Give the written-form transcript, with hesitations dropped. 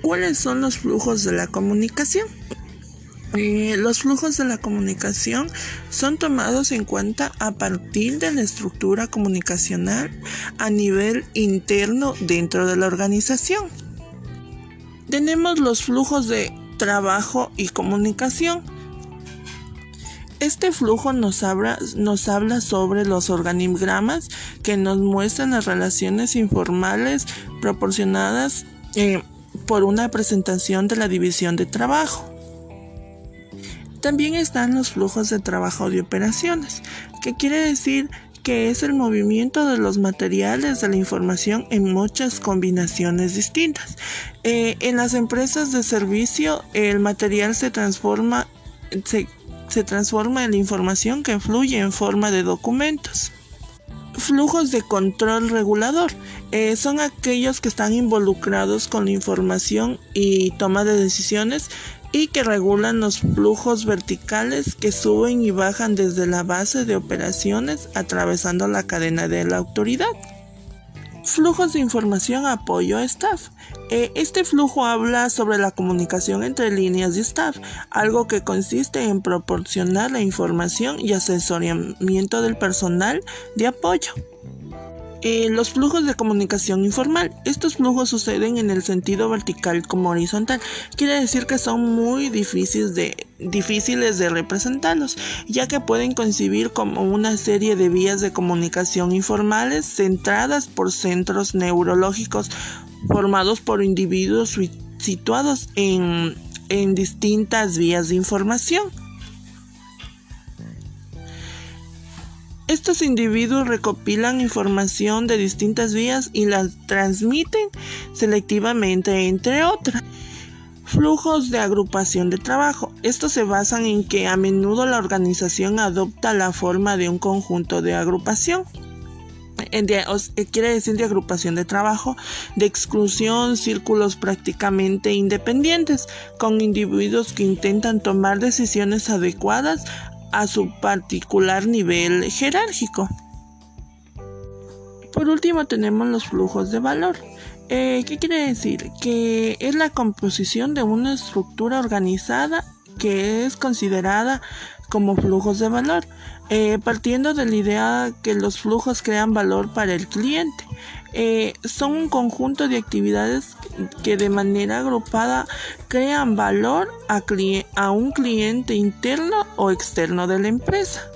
¿Cuáles son los flujos de la comunicación? Los flujos de la comunicación son tomados en cuenta a partir de la estructura comunicacional a nivel interno dentro de la organización. Tenemos los flujos de trabajo y comunicación. Este flujo nos habla sobre los organigramas que nos muestran las relaciones informales proporcionadas por una presentación de la división de trabajo. También están los flujos de trabajo de operaciones, que quiere decir que es el movimiento de los materiales de la información en muchas combinaciones distintas. En las empresas de servicio, el material se transforma en la información que fluye en forma de documentos. Flujos de control regulador son aquellos que están involucrados con la información y toma de decisiones y que regulan los flujos verticales que suben y bajan desde la base de operaciones atravesando la cadena de la autoridad. Flujos de información apoyo a staff. Este flujo habla sobre la comunicación entre líneas de staff, algo que consiste en proporcionar la información y asesoramiento del personal de apoyo. Los flujos de comunicación informal. Estos flujos suceden en el sentido vertical como horizontal. Quiere decir que son muy difíciles de representarlos, ya que pueden concebir como una serie de vías de comunicación informales centradas por centros neurológicos formados por individuos situados en distintas vías de información. Estos individuos recopilan información de distintas vías y la transmiten selectivamente entre otras. Flujos de agrupación de trabajo. Estos se basan en que a menudo la organización adopta la forma de un conjunto de agrupación. Quiere decir de agrupación de trabajo, de exclusión, círculos prácticamente independientes, con individuos que intentan tomar decisiones adecuadas a su particular nivel jerárquico. Por último tenemos los flujos de valor. ¿Qué quiere decir? Que es la composición de una estructura organizada que es considerada como flujos de valor, partiendo de la idea que los flujos crean valor para el cliente. Son un conjunto de actividades que de manera agrupada crean valor a un cliente interno o externo de la empresa.